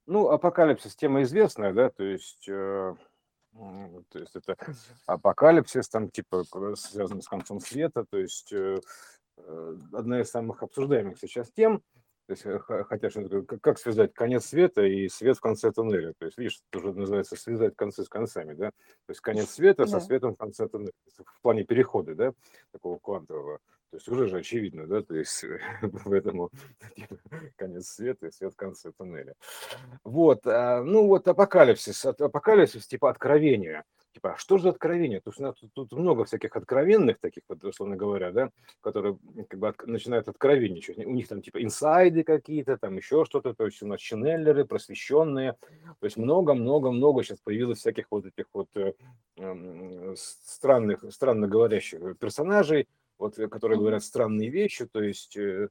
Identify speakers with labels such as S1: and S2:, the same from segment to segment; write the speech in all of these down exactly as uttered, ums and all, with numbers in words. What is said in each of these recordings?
S1: Ну, апокалипсис тема известная, да, то есть, э, м, то есть это апокалипсис, там, типа, к- связанный с концом света, то есть э, э, одна из самых обсуждаемых сейчас тем, то есть, э, х- хотя что такое, как как связать конец света и свет в конце туннеля, то есть, видишь, это уже называется связать концы с концами, да, то есть конец света со
S2: Да.
S1: светом в конце туннеля, то есть в плане перехода, да, такого квантового, то есть уже же очевидно, да, то есть поэтому типа, конец света и свет в конце туннеля. Вот, а, ну вот апокалипсис, ат- апокалипсис типа откровения. Типа, а что же откровение? То есть у нас тут, тут много всяких откровенных таких, вот, условно говоря, да, которые м, как бы от- начинают откровенничать. У них там типа инсайды какие-то, там еще что-то, то есть у нас ченнелеры, просвещенные. То есть много-много-много сейчас появилось всяких вот этих вот э, м, с- странных, странно говорящих персонажей, вот, э, которые
S2: Мгм.
S1: говорят странные вещи, то есть э,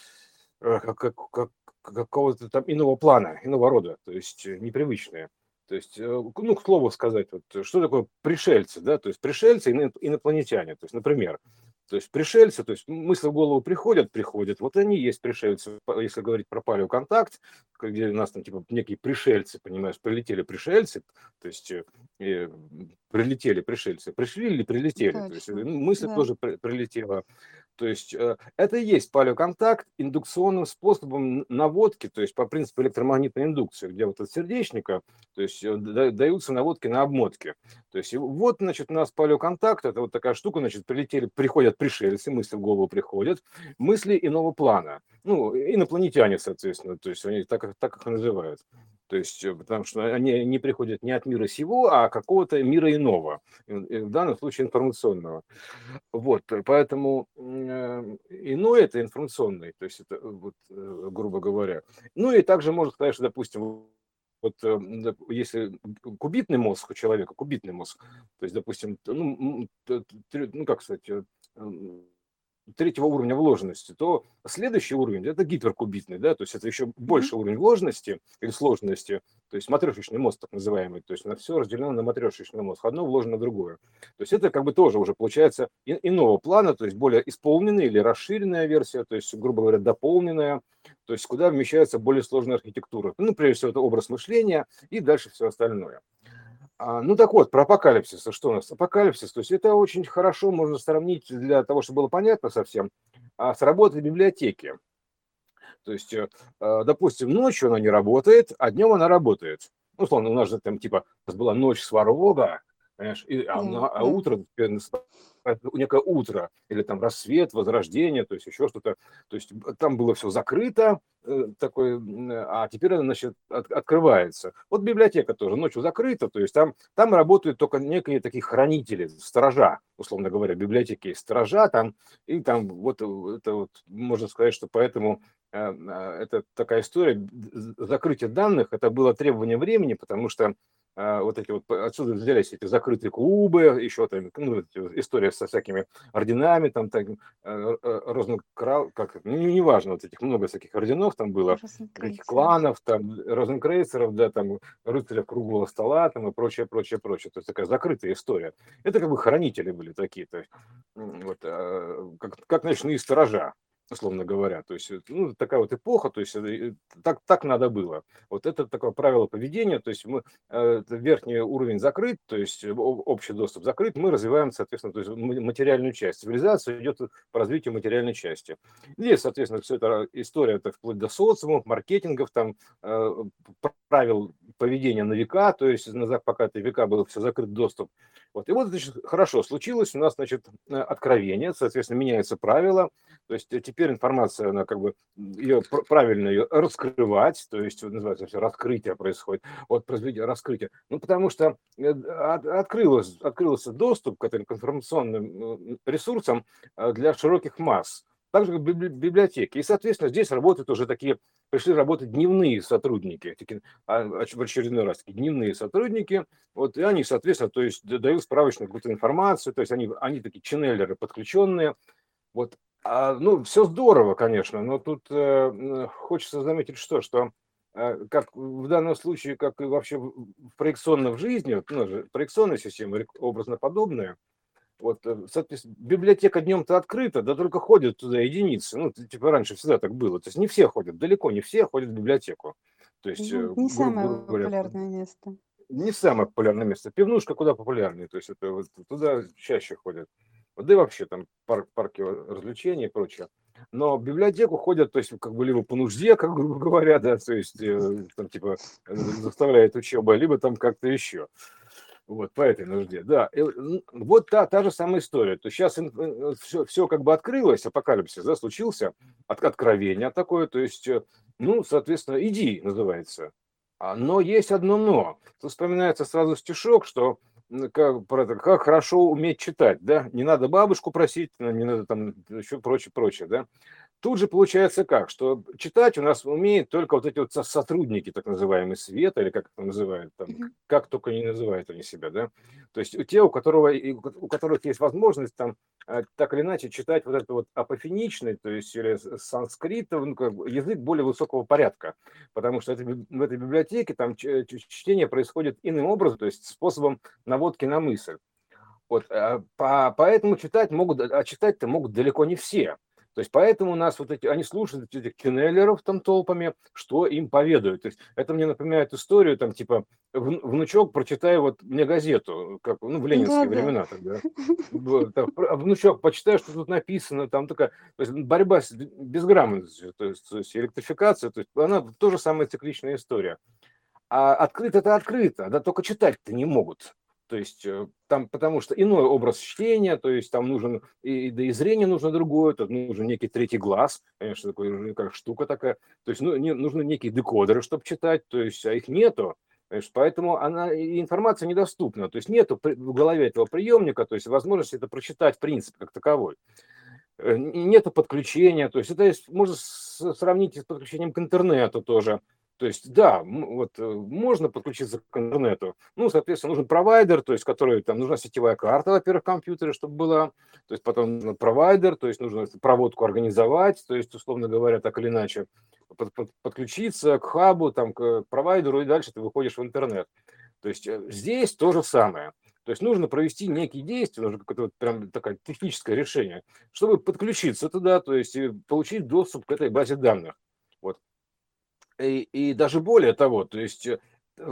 S1: э, как, как, как- какого-то там иного плана, иного рода, то есть э, непривычные. То есть, э, к- ну, к слову сказать, вот, э, что такое пришельцы, да, то есть пришельцы, ино- инопланетяне, то есть, например, то есть пришельцы, то есть мысли в голову приходят, приходят, вот они и есть пришельцы, П- если говорить про палеоконтакт, где у нас там типа некие пришельцы, понимаешь, прилетели пришельцы, то есть э, э, прилетели пришельцы, пришли или прилетели, то есть э,
S2: Точно.
S1: ну, мысль
S2: Да.
S1: тоже при- прилетела, то есть э, это и есть палеоконтакт индукционным способом наводки, то есть по принципу электромагнитной индукции, где вот от сердечника, то есть э, да- даются наводки на обмотки. То есть и вот, значит, у нас палеоконтакт, это вот такая штука, значит, прилетели, приходят пришельцы, мысли в голову приходят, мысли иного плана, ну, инопланетяне, соответственно, то есть они так, их- так их и называют. То есть, э, потому что они не приходят не от мира сего, а какого-то мира иного, и в данном случае информационного. Вот, э, поэтому м, э, иной это информационный, то есть это, э, вот, э, грубо говоря. Ну и также можно сказать, что, допустим, вот э, доп- если кубитный мозг у человека, кубитный мозг, то есть, допустим, т- ну, м, т- т- ну как сказать, э, м, третьего уровня вложенности, то следующий уровень это гиперкубитный, да, то есть это еще
S2: Мгм.
S1: больше уровень вложенности или сложности, то есть матрешечный мозг так называемый, то есть на все разделено на матрешечный мозг, одно вложено в другое. То есть это как бы тоже уже получается и- иного плана, то есть более исполненная или расширенная версия, то есть, грубо говоря, дополненная, то есть куда вмещается более сложная архитектура. Ну, прежде всего, это образ мышления и дальше все остальное. А, ну так вот, про апокалипсис. Что у нас? Апокалипсис, то есть это очень хорошо можно сравнить для того, чтобы было понятно совсем, а, с работой библиотеки. То есть, э, э, допустим, ночью она не работает, а днем она работает. Ну, условно, у нас же там типа у нас была ночь Сварога, понимаешь, и, а,
S2: Да,
S1: на- а
S2: да.
S1: утро, теперь наступает некое утро, или там рассвет, возрождение, то есть еще что-то. То есть б- там было все закрыто, э, такое, м, а теперь она, значит, от- открывается. Вот библиотека тоже ночью закрыта, то есть там, там работают только некие такие хранители, сторожа, условно говоря, в библиотеке есть сторожа, там, и там вот э, это вот, можно сказать, что поэтому э, э, это такая история, закрытие данных, это было требование времени, потому что э, вот эти вот, отсюда взялись эти закрытые клубы, еще там, ну, история со всякими орденами, там, так, э, Розенкрау, как, ну, неважно, вот этих много всяких орденов там было, каких
S2: Розенкрейцеров.
S1: кланов, там, розенкрейцеров, да, там, рыцаря круглого стола, там, и прочее, прочее, прочее. То есть такая закрытая история. Это как бы хранители были такие, то есть, вот, как, как ночные сторожа, условно говоря. То есть, ну, такая вот эпоха, то есть, э, так, так надо было. Вот это такое правило поведения, то есть, мы, э, верхний уровень закрыт, то есть, э, общий доступ закрыт, мы развиваем, соответственно, то есть, материальную часть. Цивилизация идет по развитию материальной части. Здесь, соответственно, все это история, это вплоть до социумов, маркетингов, там, э, правил поведения на века, то есть, назад, пока это века был все закрыт доступ. Вот. И вот, значит, хорошо, случилось у нас, значит, э, откровение, соответственно, меняются правила, то есть э, теперь информация, она как бы, ее правильно ее раскрывать, то есть вот называется все раскрытие происходит, вот произведение раскрытия. Ну, потому что э, от- открылось, открылся доступ к этим к информационным э, ресурсам э, для широких масс. Так же, как библи- библиотеки. И, соответственно, здесь работают уже такие, пришли работать дневные сотрудники, такие, а, в очередной раз, такие дневные сотрудники, вот, и они, соответственно, то есть дают справочную какую-то информацию, то есть они, они такие ченнелеры подключенные, вот, а, ну, все здорово, конечно, но тут э, хочется заметить, что, что э, как в данном случае, как и вообще в в проекционно в жизни, вот, ну, же проекционная система, образно подобная, вот, э, соответственно, библиотека днем-то открыта, да только ходят туда единицы. Ну, т- типа раньше всегда так было. То есть не все ходят, далеко не все ходят в библиотеку. То есть,
S2: Ну,
S1: э,
S2: не
S1: гру
S2: самое
S1: грубо говоря,
S2: популярное место.
S1: не самое популярное место. Пивнушка куда популярнее, то есть это вот туда чаще ходят. Да и вообще там парк, парки развлечений и прочее. Но в библиотеку ходят, то есть как бы либо по нужде, как грубо говоря, да, то есть э, там типа э, заставляет учеба, либо там как-то еще. Вот, по этой нужде, да. И, м, вот та, та же самая история. То есть сейчас все, все как бы открылось, апокалипсис, да, случился, от, откровение такое, то есть, э, ну, соответственно, иди, называется. А, но есть одно но. Тут вспоминается сразу стишок, что м, как, про это, как хорошо уметь читать, да, не надо бабушку просить, ну, не надо там еще прочее, прочее, да. Тут же получается как, что читать у нас умеют только вот эти вот со- сотрудники, так называемые света, или как это называют, там,
S2: Мгм.
S1: как только не называют они себя, да. То есть у те, у которого, и у ко- у которых есть возможность там э, так или иначе читать вот это вот апофеничный, то есть или с- санскрит, ну, как бы язык более высокого порядка, потому что это, би- в этой библиотеке там ч- ч- чтение происходит иным образом, то есть способом наводки на мысль. Вот, э, по поэтому читать могут, а читать-то могут далеко не все. То есть поэтому у нас вот эти они слушают этих ченнелеров там толпами, что им поведают. То есть это мне напоминает историю там типа: "Вн внучок, прочитай вот мне газету", как, ну, в ленинские
S2: Да-да.
S1: времена тогда. Вот, так: "Пр внучок, почитай, что тут написано". Там такая, то есть борьба с б безграмотностью, то есть то есть электрификация, то есть она тоже самая цикличная история. А открыто-то открыто, да только читать-то не могут. То есть э, там, потому что иной образ чтения, то есть там нужен, и, да и зрение нужно другое, тут нужен некий третий глаз, конечно, такой, уже как штука такая. То есть ну, не, нужны некие декодеры, чтобы читать, то есть, а их нету. Понимаешь, поэтому она, и информация недоступна. То есть нету при- в голове этого приемника, то есть возможности это прочитать в принципе как таковой. Э, н- Нету подключения, то есть это есть- можно с- сравнить и с подключением к интернету тоже. То есть, да, м, вот э, можно подключиться к интернету. Ну, соответственно, нужен провайдер, то есть, который там нужна сетевая карта, во-первых, в компьютере, чтобы была. То есть, потом нужен провайдер, то есть, нужно эту проводку организовать, то есть, условно говоря, так или иначе, под- под- подключиться к хабу, там, к провайдеру, и дальше ты выходишь в интернет. То есть э, здесь то же самое. То есть нужно провести некие действия, нужно какое-то вот прям такое техническое решение, чтобы подключиться туда, то есть и получить доступ к этой базе данных. Вот. И, и даже более того, то есть э,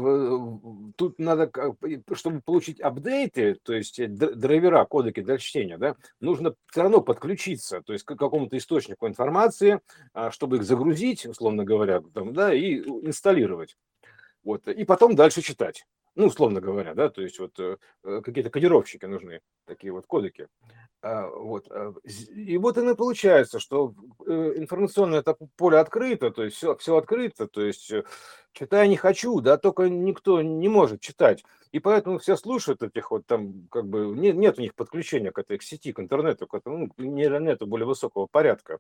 S1: в- тут надо, как бы, и чтобы получить апдейты, то есть э, д- драйвера, кодеки для чтения, да, нужно все равно подключиться, то есть к какому-то источнику информации, а, чтобы их загрузить, условно говоря, там, да, и инсталлировать. Вот, и потом дальше читать. Ну, условно говоря, да, то есть вот э, э, какие-то кодировщики нужны, такие вот кодеки. А, вот, а, з- и вот оно и получается, что э, информационное это поле открыто, то есть все, все открыто, то есть э, читая не хочу, да, только никто не может читать. И поэтому все слушают этих вот там, как бы, не- нет у них подключения к этой к сети, к интернету, к этому, ну, нейронету более высокого порядка.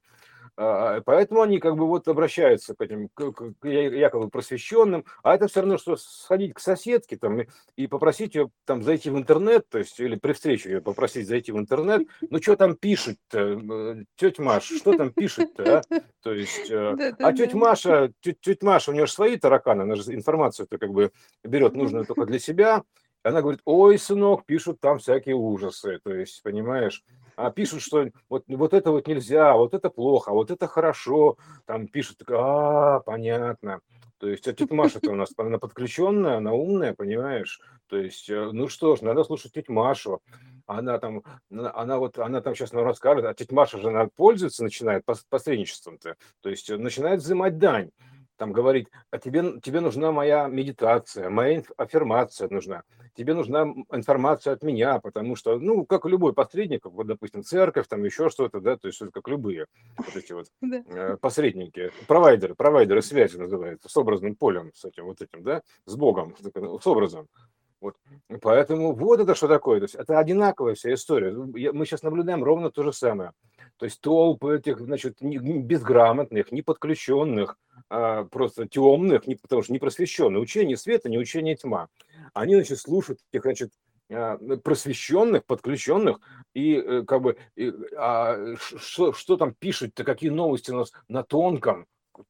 S1: А, поэтому они как бы вот обращаются к этим к, к- к я- якобы просвещенным, а это все равно, что сходить к соседке там и, и попросить ее там зайти в интернет, то есть или при встрече ее попросить зайти в интернет, ну что там пишет-то, тетя Маш, что там пишет-то, а? То есть, э, а
S2: Да-да-да.
S1: тетя Маша, тетя, тетя Маша, у нее же свои тараканы, она же информацию-то как бы берет нужную только для себя, она говорит: ой, сынок, пишут там всякие ужасы, то есть, понимаешь, а пишут, что вот, вот это вот нельзя, вот это плохо, а вот это хорошо. Там пишут, такая, а, понятно. То есть, а тетя Маша-то у нас, она подключенная, она умная, понимаешь? То есть, э, ну что ж, надо слушать тетю Машу. Она там, она она вот, она там сейчас нам расскажет, а тетя Маша же она пользуется, начинает пос- посредничеством-то. То есть, э, начинает взимать дань. Там говорить: а тебе, тебе нужна моя медитация, моя инф- аффирмация нужна, тебе нужна м, информация от меня, потому что, ну, как любой посредник, как вот, допустим, церковь, там еще что-то, да, то есть это как любые вот эти вот
S2: Да.
S1: э, посредники, провайдеры, провайдеры связи называются, с образным полем, с этим вот этим, да, с Богом, с образом. Вот. Поэтому вот это что такое. То есть это одинаковая вся история. Ну, я- Мы сейчас наблюдаем ровно то же самое. То есть толпы этих, значит, не- не безграмотных, неподключенных, а, просто темных, не, потому что не просвещенные. Учение света, не учение тьма. Они, значит, слушают этих, значит, а, просвещенных, подключенных, и э, как бы, и, а, ш- что, что там пишут-то, какие новости у нас на тонком,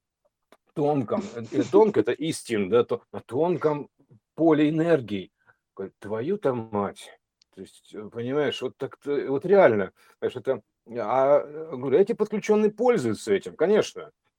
S1: тонком, э, э, тонко это истин, да, то, на тонком поле энергии. Говорю, твою-то мать. То есть, э, понимаешь, вот так вот реально, знаешь, это, а, э, говорю, эти подключенные пользуются этим, конечно.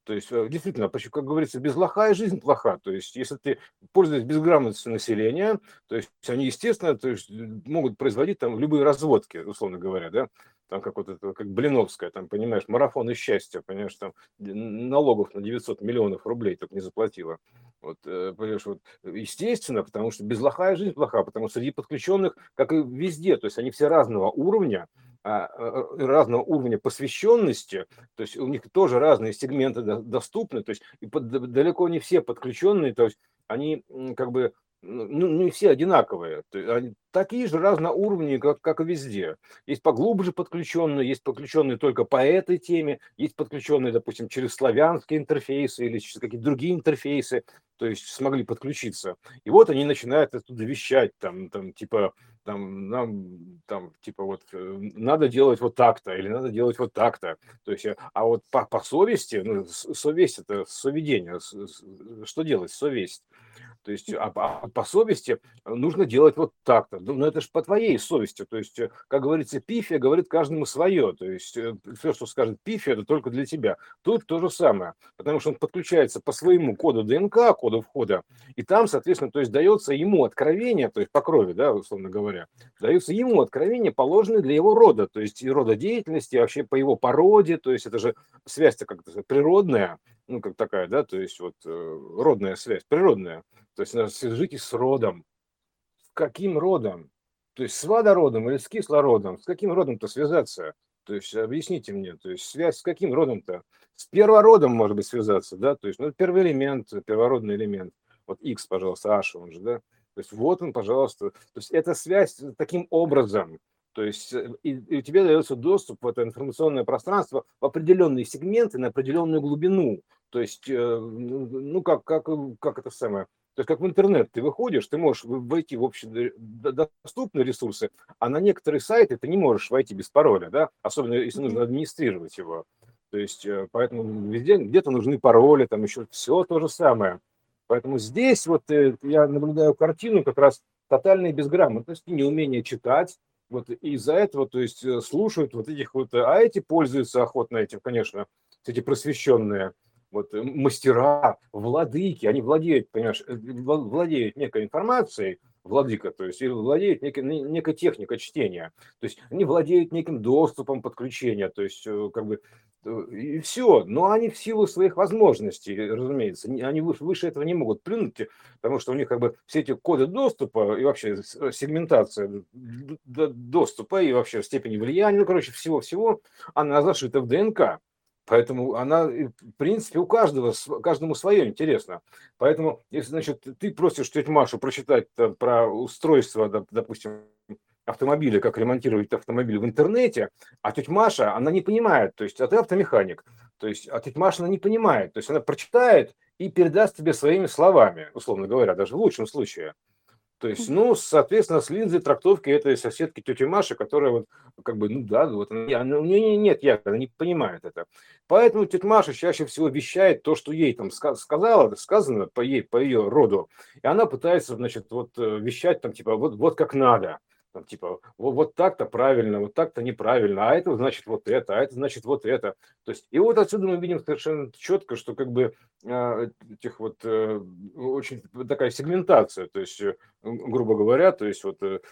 S1: То есть, э, действительно, почему, как говорится, без лоха и жизнь плоха. То есть, если ты пользуешься безграмотностью населения, то есть они, естественно, то есть, э, могут производить там любые разводки, условно говоря, да, там как вот это, как Блиновская, там, понимаешь, марафон и счастье, понимаешь, там н- налогов на девятьсот миллионов рублей только не заплатила. Вот, э, понимаешь, вот, естественно, потому что без лоха и жизнь плоха, потому что среди подключенных, как и везде, то есть они все разного уровня, а, э, э, разного уровня посвященности, то есть у них тоже разные сегменты до- доступны, то есть и под- д- далеко не все подключенные, то есть они м, как бы ну, ну, не все одинаковые, то есть они такие же разноуровневые, как, как и везде. Есть поглубже подключенные, есть подключенные только по этой теме, есть подключенные, допустим, через славянские интерфейсы или через какие-то другие интерфейсы, то есть смогли подключиться. И вот они начинают оттуда вещать, там, там типа, там, нам, там, типа, вот, э, надо делать вот так-то, или надо делать вот так-то. То есть, э, а вот по, по совести, ну, с- совесть это соведение, с- с- что делать, совесть. То есть, а, по а по совести нужно делать вот так-то. Ну, ну, это же по твоей совести. То есть, э, как говорится, пифия говорит каждому свое. То есть, все, что скажет пифия, это только для тебя. Тут то же самое. Потому что он подключается по своему коду ДНК, коду входа, и там, соответственно, то есть дается ему откровение, то есть по крови, да, условно говоря, дается ему откровение, положенное для его рода, то есть и рода деятельности, вообще по его породе, то есть это же связь-то как-то природная, ну, как такая, да, то есть вот э, родная связь, природная. То есть надо свяжитесь с родом. С каким родом? То есть с водородом или с кислородом? С каким родом-то связаться? То есть объясните мне, то есть связь с каким родом-то? С первородом, может быть, связаться, да? То есть, ну, первый элемент, первородный элемент. Вот X, пожалуйста, H, он же, да? То есть вот он, пожалуйста. То есть это связь таким образом. То есть э, и, и тебе дается доступ в это информационное пространство в определенные сегменты на определенную глубину. То есть, э, ну, ну, как, как, как это самое, то есть как в интернет ты выходишь, ты можешь войти в общедоступные ресурсы, а на некоторые сайты ты не можешь войти без пароля, да, особенно если нужно администрировать его. То есть э, поэтому везде где-то нужны пароли, там еще все то же самое. Поэтому здесь вот э, я наблюдаю картину как раз тотальной безграмотности, неумение читать, вот и из-за этого, то есть э, слушают вот этих вот, э, а эти пользуются охотно этим, конечно, эти просвещенные, вот э, мастера, владыки, они владеют, понимаешь, э, вла- владеют некой информацией, владыка, то есть, и владеют некой, не- некой техникой чтения, то есть они владеют неким доступом подключения, то есть, э, как бы, э, и все, но они в силу своих возможностей, э, разумеется, не- они выше, выше этого не могут плюнуть, э, потому что у них как бы все эти коды доступа и вообще с- э, сегментация д- д- доступа и вообще степени влияния, ну, короче, всего-всего, она зашита в ДНК. Поэтому она, э, в принципе, у каждого, св- каждому свое интересно. Поэтому, если, значит, ты просишь тетю Машу прочитать там про устройство, доп- допустим, автомобиля, как ремонтировать автомобиль в интернете, а тетя Маша, она не понимает, то есть, а ты автомеханик, то есть, а тетя Маша, она не понимает, то есть, она прочитает и передаст тебе своими словами, условно говоря, даже в лучшем случае. То есть, ну, соответственно, с линзой трактовки этой соседки тети Маши, которая вот, как бы, ну да, вот она, она- у нее нет яда, она не понимает это. Поэтому тетя Маша чаще всего вещает то, что ей там ска- сказала, сказано по ей, по ее роду, и она пытается, значит, вот э, вещать там, типа, вот, вот как надо. Там, типа, вот, вот так-то правильно, вот так-то неправильно, а это значит вот это, а это значит вот это. То есть, и вот отсюда мы видим совершенно четко, что как бы а, этих вот э, очень такая сегментация, то есть э, грубо говоря, то есть вот э,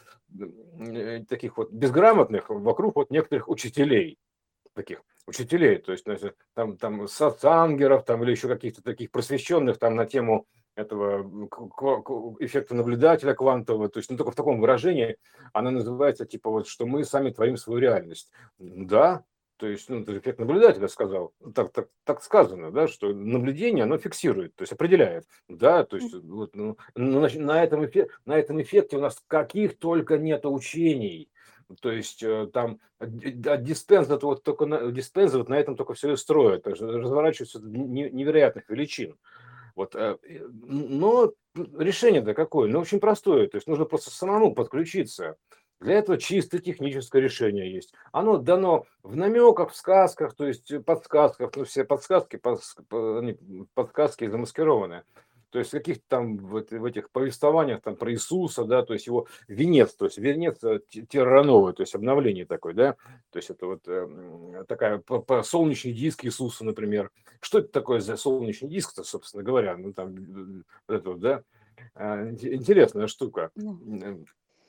S1: э, таких вот безграмотных вокруг вот некоторых учителей, таких учителей, то есть значит, там, там соцангеров, там или еще каких-то таких просвещенных там на тему этого к- к- к- эффекта наблюдателя квантового, то есть не только в таком выражении, она называется типа вот, что мы сами творим свою реальность. Да, то есть, ну, это эффект наблюдателя сказал, так, так, так сказано, да, что наблюдение, оно фиксирует, то есть определяет, да, то есть вот, ну, ну, значит, на, этом эффе- на этом эффекте у нас каких только нет учений, то есть э, там д- диспенсер вот только на, диспенсер вот на этом только все и строят, так что разворачиваются до не- невероятных величин. Вот, э, э, но решение-то какое? Ну, очень простое. То есть нужно просто самому подключиться. Для этого чисто техническое решение есть. Оно дано в намеках, в сказках, то есть э, подсказках. Ну, все подсказки, пос- по- они, подсказки замаскированные. То есть в каких-то там в, эт- в этих повествованиях там про Иисуса, да, то есть его венец, то есть венец э, те- террановый, то есть обновление такое, да, то есть это вот э, м, такая по- по- солнечный диск Иисуса, например. Что это такое за солнечный диск-то, собственно говоря, ну там э, вот это вот, да, А, ин- интересная штука.
S2: Ну,
S1: М,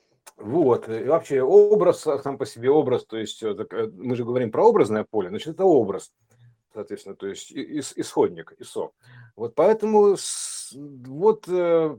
S1: Вот, и вообще образ а, сам по себе образ, то есть э, так, э, мы же говорим про образное поле, значит, это образ, соответственно, то есть и- ис- исходник, ИСО. Вот поэтому с- вот, э,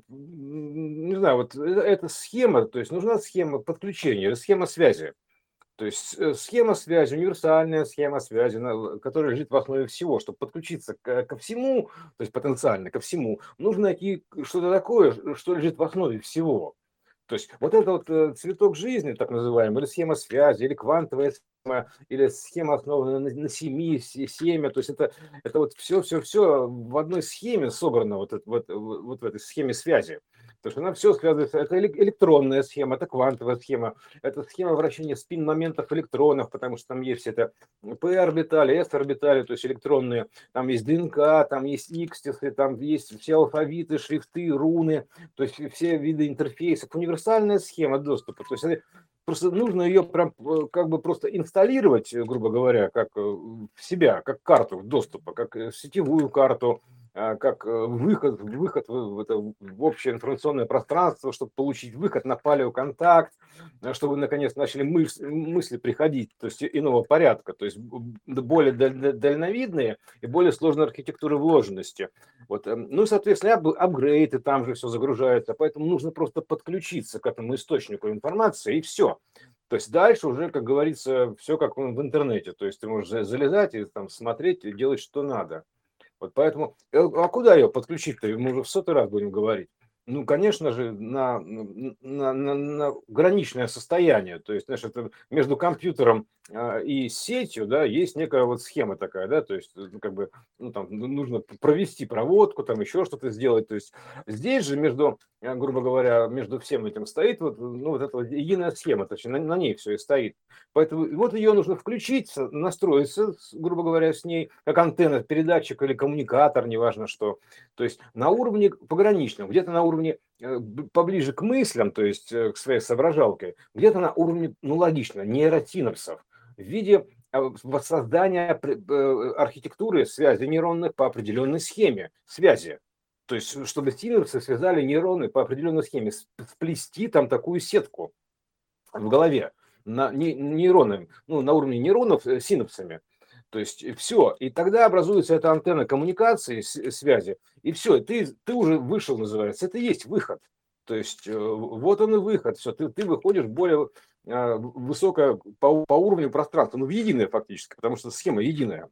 S1: м, не знаю, вот э- эта схема, то есть нужна схема подключения, схема связи. То есть э, схема связи, универсальная схема связи, на- которая лежит в основе всего, чтобы подключиться ко, ко всему, то есть потенциально ко всему, нужно найти что-то такое, что лежит в основе всего. То есть вот этот вот э, цветок жизни, так называемый, или схема связи, или квантовая схема, или схема, основанная на, на семи, се- семя, то есть это, это вот все-все-все в одной схеме собрано, вот, это- вот, вот в этой схеме связи. То есть она все связывается, это эле- электронная схема, это квантовая схема, это схема вращения спин-моментов электронов, потому что там есть все это P-орбитали, S-орбитали, то есть электронные, там есть ДНК, там есть икстисы, там есть все алфавиты, шрифты, руны, то есть все виды интерфейсов, универсальная схема доступа. То есть это просто нужно ее прям э, как бы просто инсталлировать, э, грубо говоря, как э, в себя, как карту доступа, как э, сетевую карту, а, как э, выход, выход в, в это, в общее информационное пространство, чтобы получить выход на палеоконтакт, а, чтобы наконец начали мыс- мысли приходить, то есть иного порядка, то есть б- более даль- дальновидные и более сложные архитектуры вложенности. Вот, эм, ну и, соответственно, ап- апгрейды, там же все загружается, поэтому нужно просто подключиться к этому источнику информации, и все. То есть дальше уже, как говорится, все как в интернете. То есть ты можешь за- залезать и там смотреть и делать, что надо. Вот поэтому, э, а куда ее подключить-то? Мы уже в сотый раз будем говорить. Ну, конечно же, на, на, на, на граничное состояние. То есть, знаешь, это между компьютером а, и сетью, да, есть некая вот схема такая, да, то есть, ну, как бы, ну, там, ну, нужно провести проводку, там, еще что-то сделать. То есть, здесь же между, э, грубо говоря, между всем этим стоит вот, ну, вот эта вот единая схема, точнее, на, на ней все и стоит. Поэтому вот ее нужно включить, с- настроиться, с- грубо говоря, с ней, как антенна, передатчик или коммуникатор, неважно что. То есть на уровне пограничном, где-то на уровне э, б- поближе к мыслям, то есть э, к своей соображалке, где-то на уровне, ну логично, нейросинапсов в виде э, воссоздания пр- э, архитектуры связи нейронных по определенной схеме связи. То есть, чтобы синапсы связали нейроны по определенной схеме, с- сплести там такую сетку в голове на не- нейронами, ну, на уровне нейронов э, синапсами. То есть все, и тогда образуется эта антенна коммуникации, с- связи, и все, ты, ты уже вышел, называется, это и есть выход. То есть э, вот он и выход, все, ты, ты выходишь в более э, высокое по, по уровню пространства, ну, в единое фактически, потому что схема единая.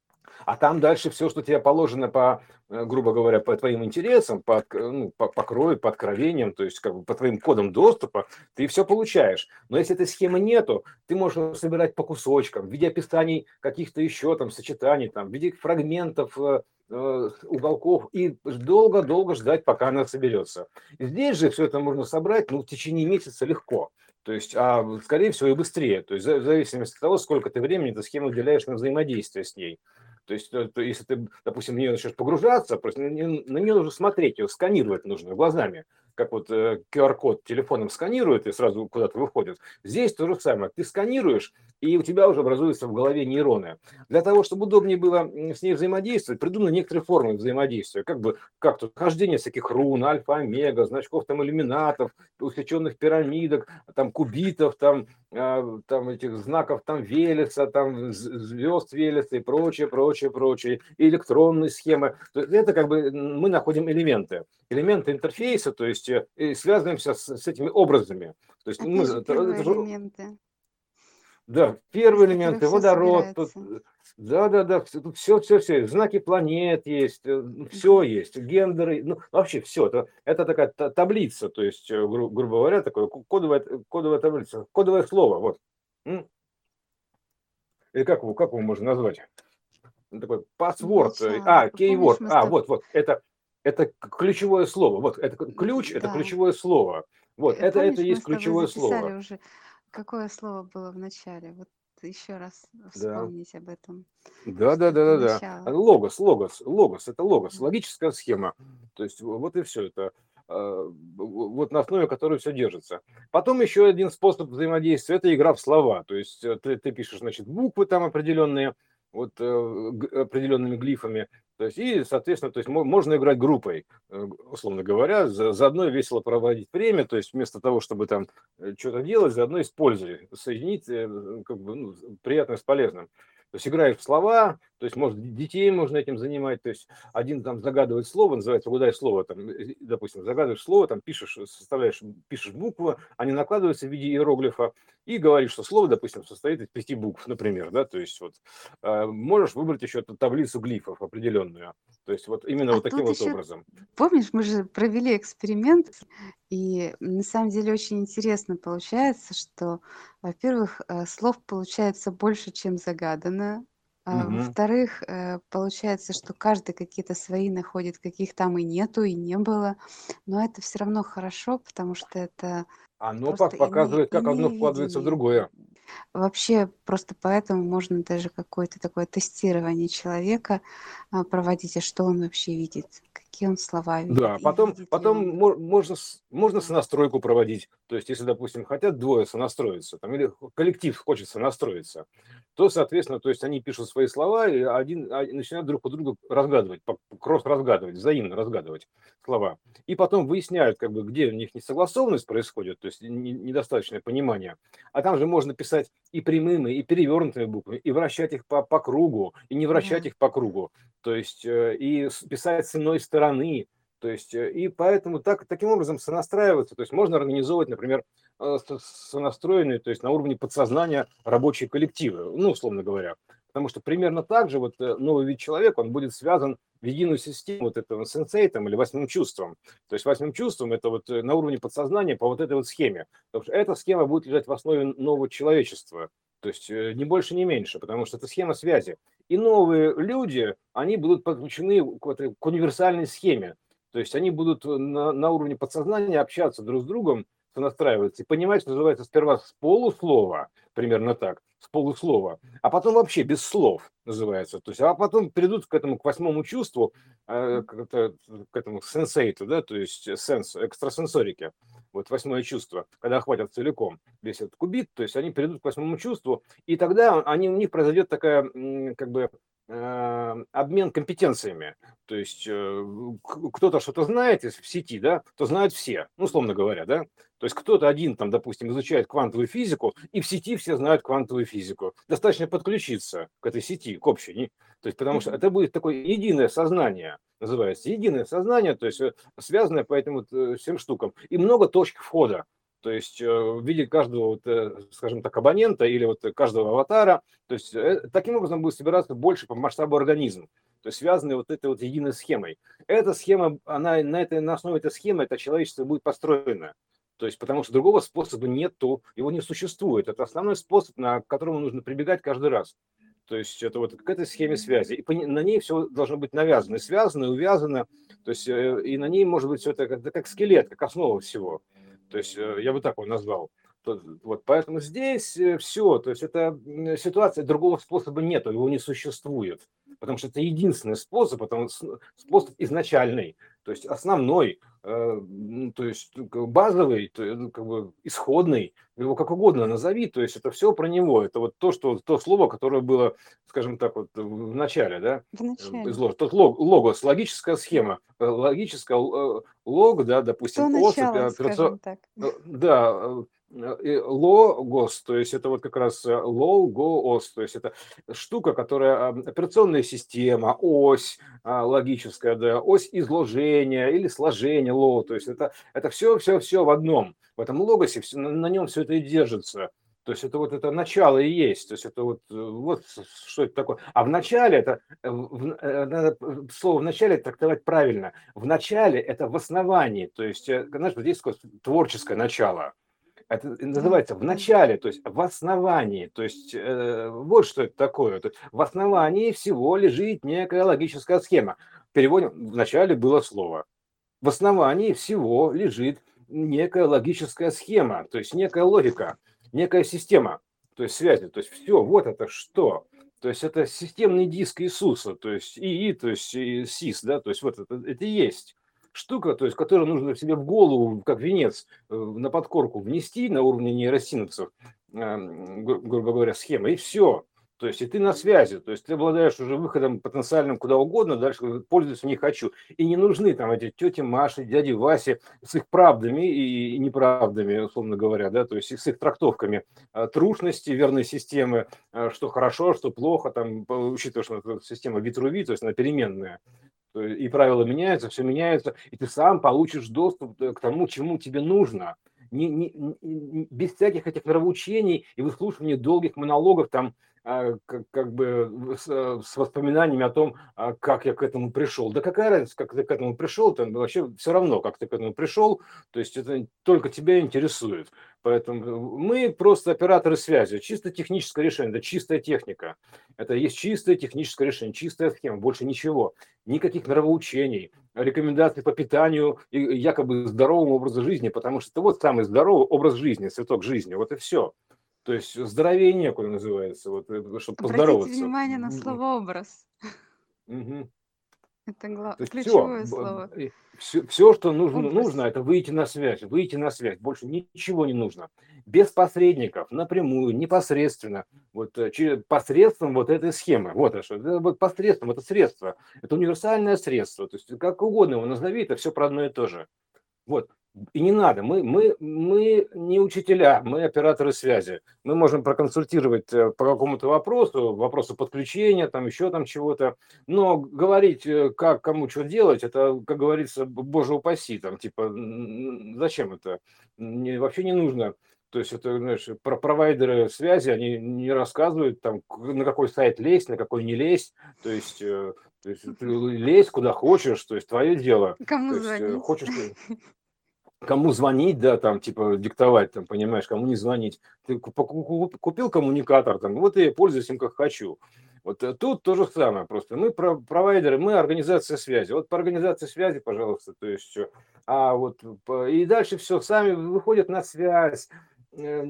S1: А там дальше все, что тебе положено по, э, грубо говоря, по твоим интересам, по, отк- ну, по, по крою, по откровениям, то есть как бы по твоим кодам доступа, ты все получаешь. Но если этой схемы нету, ты можешь её собирать по кусочкам, в виде описаний каких-то еще там сочетаний, там, в виде фрагментов, э, э, уголков, и долго-долго ждать, пока она соберется. И здесь же все это можно собрать, ну, в течение месяца легко. То есть, а скорее всего и быстрее. То есть, в зависимости от того, сколько ты времени эту схему уделяешь на взаимодействие с ней. То есть, э, то, если ты, допустим, в нее начнешь погружаться, просто на нее, на нее нужно смотреть, ее сканировать нужно глазами, как вот э, ку ар-код телефоном сканирует и сразу куда-то выходит. Здесь то же самое. Ты сканируешь, и у тебя уже образуются в голове нейроны. Для того, чтобы удобнее было м, с ней взаимодействовать, придуманы некоторые формы взаимодействия. Как бы, как тут, хождение всяких рун, альфа, омега, значков там иллюминатов, усеченных пирамидок, там кубитов, там а, там этих знаков там Велеса, там з- звезд Велеса и прочее, прочее, прочее, и электронные схемы. То есть это как бы мы находим элементы, элементы интерфейса, то есть э, и связываемся с, с этими образами. То есть мы,
S2: это же
S1: это, это
S2: первые
S1: же,
S2: элементы,
S1: да,
S2: из
S1: первые
S2: которых
S1: элементы,
S2: все
S1: водород, тут,
S2: собирается.
S1: э, да, да, да, тут все, все, все, знаки планет есть, все
S2: Мгм.
S1: есть, гендеры, ну, вообще все, это, это такая та- таблица, то есть, э, гру- грубо говоря, такое ко- кодовая, кодовая таблица, кодовое слово, вот. М? Или как его, как его можно назвать? Ну, такой password, э,
S2: Начало.
S1: а,
S2: Помнишь,
S1: keyword,
S2: мы с
S1: а,
S2: тобой...
S1: вот, вот, это, это ключевое слово, вот, это ключ, это
S2: Да.
S1: ключевое слово, вот,
S2: Э,
S1: это, это
S2: Помнишь, мы
S1: есть
S2: с тобой
S1: ключевое
S2: записали
S1: слово.
S2: уже, какое слово было в начале? Вот еще раз
S1: Да.
S2: вспомнить об этом,
S1: Да, да,
S2: что
S1: да,
S2: это
S1: да, да.
S2: начало.
S1: Логос, логос, логос, это логос,
S2: Мгм.
S1: логическая схема. То есть в- вот и все это, э, в- вот на основе которой все держится. Потом еще один способ взаимодействия – это игра в слова. То есть э, ты, ты пишешь, значит, буквы там определенные, вот э, г- определенными глифами. То есть и, соответственно, то есть мо- можно играть группой, э, условно говоря, за- заодно весело проводить время. То есть вместо того, чтобы там что-то делать, заодно используй, соединить э, как бы, ну, приятное с полезным. То есть играешь в слова, то есть, может, детей можно этим занимать, то есть один там загадывает слово, называется «угадай слово», там, э, допустим, загадываешь слово, там пишешь, составляешь, пишешь буквы, они накладываются в виде иероглифа, и говоришь, что слово, допустим, состоит из пяти букв, например, да, то есть вот э, можешь выбрать еще эту таблицу глифов определенную, то есть вот именно
S2: А
S1: вот таким
S2: тут
S1: вот
S2: еще,
S1: образом.
S2: помнишь, мы же провели эксперимент, и на самом деле очень интересно получается, что, во-первых, э, слов получается больше, чем загадано. А
S1: Мгм.
S2: во-вторых, э, получается, что каждый какие-то свои находит, каких там и нету, и не было. Но это все равно хорошо, потому что это
S1: Оно
S2: просто
S1: пок-
S2: иные,
S1: показывает, как одно
S2: иные
S1: вкладывается в
S2: видения.
S1: другое.
S2: Вообще, просто поэтому можно даже какое-то такое тестирование человека а, проводить, а что он вообще видит, какие он слова видит,
S1: Да,
S2: и
S1: потом,
S2: видит ли
S1: потом
S2: он.
S1: мо- можно, с- можно
S2: Да.
S1: сонастройку проводить. То есть, если, допустим, хотят двое сонастроиться, там, или коллектив хочет сонастроиться, то, соответственно, то есть они пишут свои слова, и один а, и начинают друг у друга разгадывать, по- кросс-разгадывать, взаимно разгадывать слова. И потом выясняют, как бы, где у них несогласованность происходит, то есть не- недостаточное понимание. А там же можно писать и прямыми, и перевернутыми буквами, и вращать их по, по кругу, и не вращать
S2: Да.
S1: их по кругу. То есть э, и с- писать с иной стороны. То есть э, и поэтому так, таким образом сонастраиваться. То есть можно организовывать, например, э, с- сонастроенные, то есть на уровне подсознания рабочие коллективы, ну, условно говоря. Потому что примерно так же вот э, новый вид человека, он будет связан в единую систему вот этого сенсейтом или восьмым чувством. То есть восьмым чувством это вот э, на уровне подсознания по вот этой вот схеме. Потому что эта схема будет лежать в основе нового человечества. То есть э, ни больше, ни меньше, потому что это схема связи. И новые люди, они будут подключены к, этой- к универсальной схеме. То есть они будут на, на уровне подсознания общаться друг с другом, сонастраиваться и понимать, что называется, сперва с полуслова, примерно так, с полуслова, а потом вообще без слов называется. То есть, а потом перейдут к этому, к восьмому чувству, э, к, это- к этому сенсейту, да, то есть сенс, экстрасенсорике, вот восьмое чувство, когда охватят целиком весь этот кубит, то есть они перейдут к восьмому чувству, и тогда они, у них произойдет такая, м, как бы, э, обмен компетенциями. То есть э, к- кто-то что-то знает из- в сети, да, то знают все, ну, условно говоря, да. То есть кто-то один там, допустим, изучает квантовую физику, и в сети все знают квантовую физику. Достаточно подключиться к этой сети, к общей. не- То есть потому что
S2: Мгм.
S1: это будет такое единое сознание, называется, единое сознание, то есть э, связанное по этим вот э, всем штукам. И много точек входа. То есть э, в виде каждого, вот, э, скажем так, абонента или вот каждого аватара. То есть э, таким образом будет собираться больше по масштабу организм. То есть связанные вот этой вот единой схемой. Эта схема, она на, этой, на основе этой схемы это человечество будет построено. То есть потому что другого способа нету, его не существует. Это основной способ, на к которому нужно прибегать каждый раз. То есть это вот к этой схеме связи. И по ней- на ней все должно быть навязано, и связано, и увязано. То есть э, и на ней может быть все это как, это как скелет, как основа всего. То есть э, я бы так его назвал. То- Вот, поэтому здесь все, то есть это м, ситуация, другого способа нету, его не существует, потому что это единственный способ, потому что способ изначальный, то есть основной, э, м, то есть ну, как бы базовый, то есть, ну, как бы исходный, его как угодно назови, то есть это все про него, это вот то, что то слово, которое было, скажем так, вот в начале, да,
S2: В
S1: э,
S2: начале.
S1: изложено. Тот лог, логос, логическая схема, э, логическая э, лог, да, допустим,
S2: До
S1: ос,
S2: начала,
S1: операцион-
S2: скажем так.
S1: э, да, э, и логос, то есть это вот как раз э, логос, то есть это штука, которая а, операционная система, ось а, логическая, да, ось изложения или сложения ло, то есть это, это все, все, все в одном. В этом логосе все, на, на нем все это и держится. То есть это вот это начало и есть, то есть это вот, э, вот что это такое. А в начале это, э, в- э, надо слово в начале трактовать правильно. В начале это в основании, то есть, э, знаешь, вот здесь такое творческое начало. Это
S2: Да,
S1: называется в
S2: да.
S1: начале, то есть в основании. То есть э, вот что это такое. То есть в основании всего лежит некая логическая схема. Переводим, в начале было слово. В основании всего лежит некая логическая схема, то есть некая логика, некая система. то есть связи, то есть все, вот это что? То есть это системный диск Иисуса, то есть ИИ, то есть и СИС, да, то есть вот это, это и есть штука, то есть которую нужно себе в голову, как венец, э, на подкорку внести на уровне нейросинапсов, эм, гру- грубо говоря, схемы, и все. То есть и ты на связи, то есть ты обладаешь уже выходом потенциальным куда угодно, дальше пользоваться не хочу. И не нужны там эти тети Маши, дяди Васи с их правдами и неправдами, условно говоря, да, то есть и с их трактовками э, трушности верной системы, э, что хорошо, что плохо, там, по- учитывая, что это система Витруви, то есть она переменная, то есть и правила меняются, все меняется, и ты сам получишь доступ э, к тому, чему тебе нужно. Не, не, не- не- без всяких этих нравоучений и выслушивания долгих монологов там а, как, как бы с, э, с воспоминаниями о том, а, как я к этому пришел. Да какая разница, как ты к этому пришел, там вообще все равно, как ты к этому пришел, то есть это только тебя интересует. Поэтому мы просто операторы связи, чисто техническое решение, это чистая техника, это есть чистое техническое решение, чистая схема, больше ничего, никаких нравоучений, рекомендаций по питанию и якобы здоровому образу жизни, потому что это вот самый здоровый образ жизни, цветок жизни, вот и все. То есть здоровее некуда называется, вот, чтобы
S2: Обратите
S1: поздороваться.
S2: внимание на слово «образ».
S1: Мгм.
S2: Это гла-
S1: То есть все,
S2: ключевое слово.
S1: все, все, что нужно, нужно,
S2: Образ.
S1: это выйти на связь, выйти на связь, больше ничего не нужно. Без посредников, напрямую, непосредственно, вот э, через, посредством вот этой схемы. Вот это что, это вот посредством, это средство, это универсальное средство, то есть как угодно его назови, это все про одно и то же. Вот. И не надо, мы, мы, мы не учителя, мы операторы связи. Мы можем проконсультировать э, по какому-то вопросу, вопросу подключения, там еще там чего-то, но говорить, э, как кому что делать, это, как говорится, боже упаси, там, типа, м, зачем это? Не, вообще не нужно. То есть это, знаешь, про провайдеры связи, они не рассказывают, там, к- на какой сайт лезть, на какой не лезть. То есть, э, то есть ты лезь куда хочешь, то есть твое дело.
S2: Кому
S1: То есть э,
S2: звонить?
S1: хочешь ты кому звонить, да, там, типа, диктовать, там, понимаешь, кому не звонить. Ты ку- поку- ку- купил коммуникатор, там, вот и я пользуюсь им как хочу. Вот э, тут то же самое просто. Мы про- провайдеры, мы организация связи. Вот по организации связи, пожалуйста, то есть, э, а вот по- и дальше все, сами выходят на связь, э,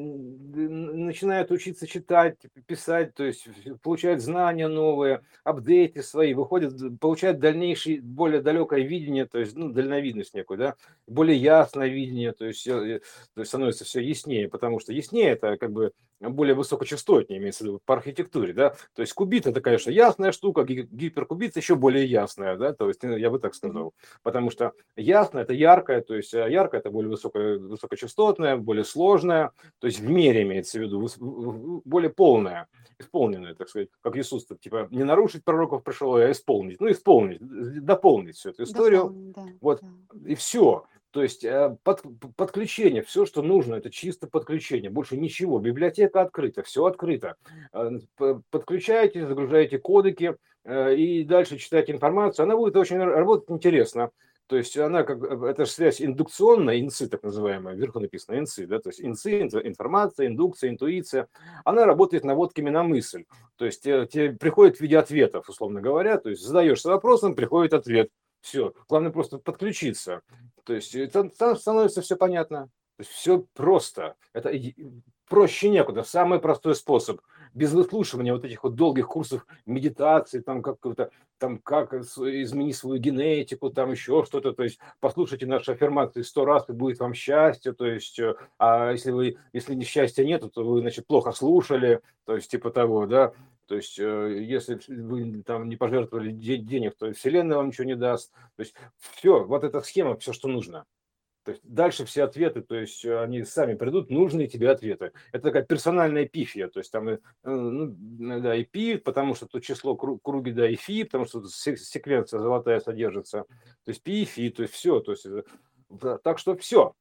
S1: н- начинают учиться читать, писать, то есть получают знания новые, апдейты свои, выходят, получают дальнейшее, более далекое видение, то есть, ну, дальновидность некую, да, более ясное видение, то есть, э, то есть становится все яснее, потому что яснее это как бы более высокочастотнее, имеется в виду по архитектуре, да, то есть кубит это, конечно, ясная штука, ги- гиперкубит еще более ясная, да, то есть э, я бы так
S2: Мгм.
S1: сказал, потому что ясное это яркое, то есть э, яркое это более высокое, высокочастотное, более сложное, то есть в мере имеется в виду, выс- в- в- более полное, исполненное, так сказать, как Иисус, так, типа, не нарушить пророков пришел, а исполнить, ну, исполнить, дополнить всю эту историю,
S2: Дополнить, да,
S1: вот,
S2: да.
S1: и все. То есть э, под, подключение, все, что нужно, это чисто подключение, больше ничего. Библиотека открыта, все открыто. Э, п- Подключаете, загружаете кодеки э, и дальше читаете информацию. Она будет очень р- работать интересно. То есть она как э, это же связь индукционная, инцы так называемая, вверху написано инцы, да, то есть инцы, инф- информация, индукция, интуиция. Она работает наводками на мысль. То есть э, тебе приходит в виде ответов, условно говоря, то есть задаешься вопросом, приходит ответ. Все. Главное просто подключиться. То есть это там становится все понятно. То есть все просто. Это и- проще некуда. Самый простой способ. Без выслушивания вот этих вот долгих курсов медитации, там как-то, там как с- изменить свою генетику, там еще что-то. То есть послушайте наши аффирмации сто раз, и будет вам счастье. То есть, э, а если вы, если не счастья нету, то вы, значит, плохо слушали. То есть типа того, да. То есть, э, если вы там не пожертвовали де- денег, то и Вселенная вам ничего не даст. То есть все, вот эта схема, все, что нужно. То есть дальше все ответы, то есть э, они сами придут, нужные тебе ответы. Это такая персональная пифия, то есть там, э, ну, да, и пи, потому что тут число кру- круги, да, и фи, потому что тут се- секвенция золотая содержится. То есть пи и фи, то есть все. То есть, э, да, так что все,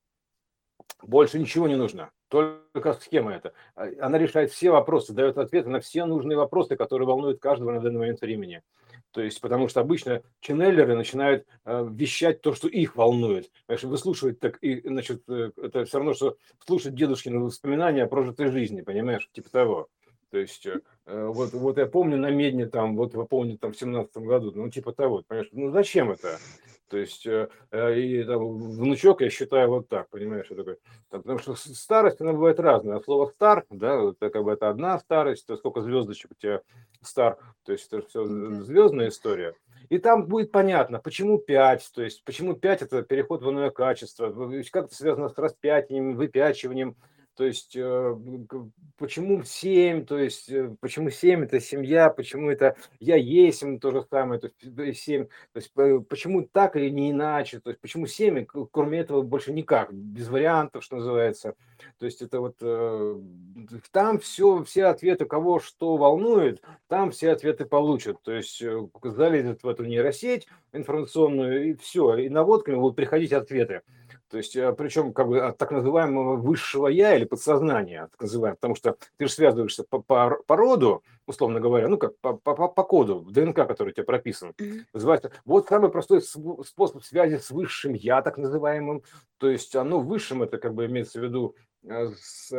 S1: больше ничего не нужно. Только схема эта. А, Она решает все вопросы, дает ответы на все нужные вопросы, которые волнуют каждого на данный момент времени. То есть, потому что обычно ченнелеры начинают э, вещать то, что их волнует. Конечно, выслушивать так, и, значит, э, это все равно, что слушать дедушкины воспоминания о прожитой жизни, понимаешь, типа того. То есть, э, э, вот, вот я помню на Медне, там, вот вы помните, там, в семнадцатом году, ну, типа того, понимаешь, ну, зачем это? То есть, э, э, и там внучок, я считаю, вот так, понимаешь, что такое. Там, потому что с- старость, она бывает разная. От слова стар, да, вот это как бы это одна старость, то сколько звездочек у тебя стар, то есть это все
S2: Да.
S1: звездная история. И там будет понятно, почему пять, то есть почему пять это переход в иное качество, то есть как это связано с распятием, выпячиванием, то есть э, к- почему семь, то есть э, почему семь это семья, почему это я есть, то же самое, то есть семь, то есть э, почему так или не иначе, то есть почему семь, к- кроме этого больше никак, без вариантов, что называется. То есть это вот э, там все, все ответы, кого что волнует, там все ответы получат. То есть э, залезет в эту нейросеть информационную, и все, и наводками будут приходить ответы. То есть, э, причем как бы от так называемого высшего я или подсознания, так называемого, потому что ты же связываешься по, по, по роду, условно говоря, ну как по, по, по коду, в ДНК, который у тебя прописан.
S2: Мгм.
S1: Называется, вот самый простой св- способ связи с высшим я, так называемым. То есть оно высшим, это как бы имеется в виду э, с, э,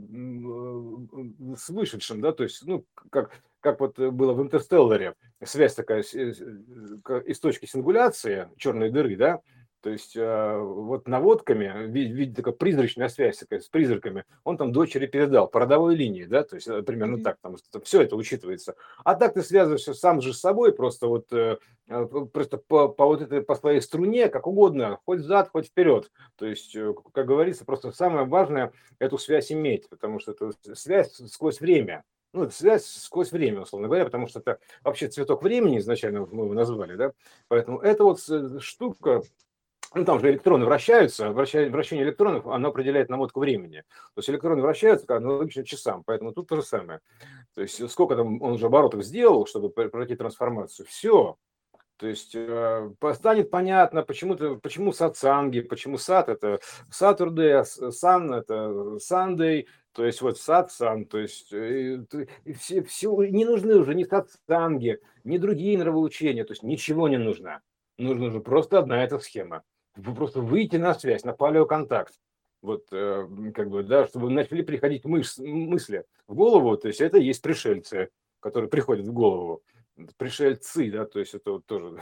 S1: м, э, с вышедшим, да, то есть, ну, как, как вот было в «Интерстелларе», связь такая с- э, к- из точки сингуляции черной дыры, да, то есть э, вот наводками, видите, такая призрачная связь такая с призраками, он там дочери передал по родовой линии, да, то есть э, примерно
S2: Мгм.
S1: так, потому что все это учитывается. А так ты связываешься сам же с собой, просто вот э, э, просто по, по вот этой по своей струне, как угодно, хоть взад, хоть вперед. То есть, э, как говорится, просто самое важное эту связь иметь, потому что это связь сквозь время. Ну, это связь сквозь время, условно говоря, потому что это вообще цветок времени изначально мы его назвали, да. Поэтому эта вот с- штука, ну, там же электроны вращаются, вращение, вращение электронов, оно определяет наводку времени. То есть электроны вращаются как аналогично часам, поэтому тут то же самое. То есть сколько там он уже оборотов сделал, чтобы пр- пройти трансформацию, все. То есть э, по- станет понятно, почему, ты, почему сатсанги, почему сат это Saturday, а с- сан это Sunday, то есть вот сатсан, то есть э, и ты- и все, все, не нужны уже ни сатсанги, ни другие нравоучения, то есть ничего не нужно. Нужна же просто одна эта схема. Вы просто выйти на связь, на палеоконтакт. Вот, э, как бы, да, чтобы начали приходить мыс- мысли в голову, то есть это и есть пришельцы, которые приходят в голову пришельцы, да, то есть это вот тоже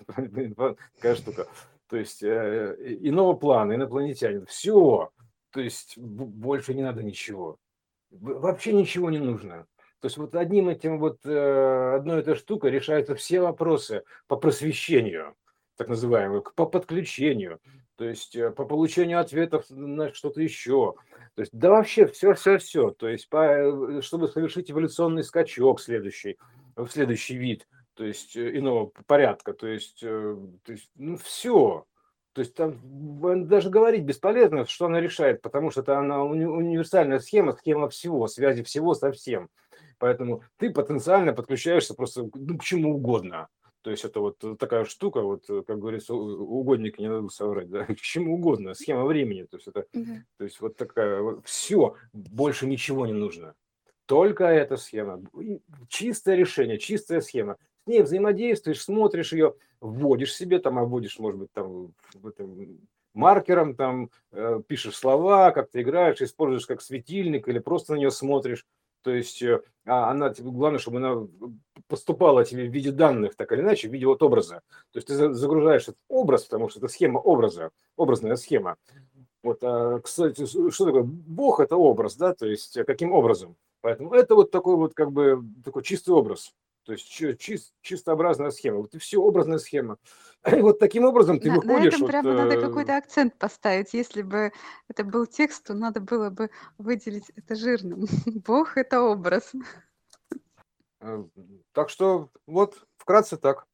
S1: такая штука. То есть э, иного плана, инопланетянин. Все. То есть б- больше не надо ничего. В- Вообще ничего не нужно. То есть вот одним этим вот, э, одной этой штукой решаются все вопросы по просвещению, так называемому, к- по подключению, то есть э, по получению ответов на что-то еще. То есть, да вообще все, все, все. То есть, по, э, чтобы совершить эволюционный скачок следующий, в следующий вид, то есть э, иного порядка, то есть, э, то есть ну все. То есть там в- даже говорить бесполезно, что она решает, потому что это она уни- универсальная схема, схема всего, связи всего со всем. Поэтому ты потенциально подключаешься просто ну, к чему угодно. То есть это вот такая штука, вот, э, как говорится, у- угодники не дадут соврать, да, к чему угодно, схема времени. То есть это,
S2: Да.
S1: то есть вот такая, вот, все, больше ничего не нужно. Только эта схема. И чистое решение, чистая схема. С ней взаимодействуешь, смотришь ее, вводишь себе, там, обводишь, может быть, там, в этом, маркером, там, э, пишешь слова, как ты играешь, используешь как светильник или просто на нее смотришь. То есть э, а она, тебе, главное, чтобы она поступала тебе в виде данных, так или иначе, в виде вот образа. То есть ты за- загружаешь этот образ, потому что это схема образа, образная схема. Вот, а, кстати, с- что такое? Бог это образ, да, то есть э, каким образом? Поэтому это вот такой вот как бы такой чистый образ, то есть чи- чис- чистообразная схема. Вот и все, образная схема. И вот таким образом ты
S2: На на
S1: выходишь
S2: этом
S1: вот
S2: прямо надо
S1: э,
S2: какой-то акцент поставить. Если бы это был текст, то надо было бы выделить это жирным. Бог — это образ.
S1: э, так что вот вкратце так.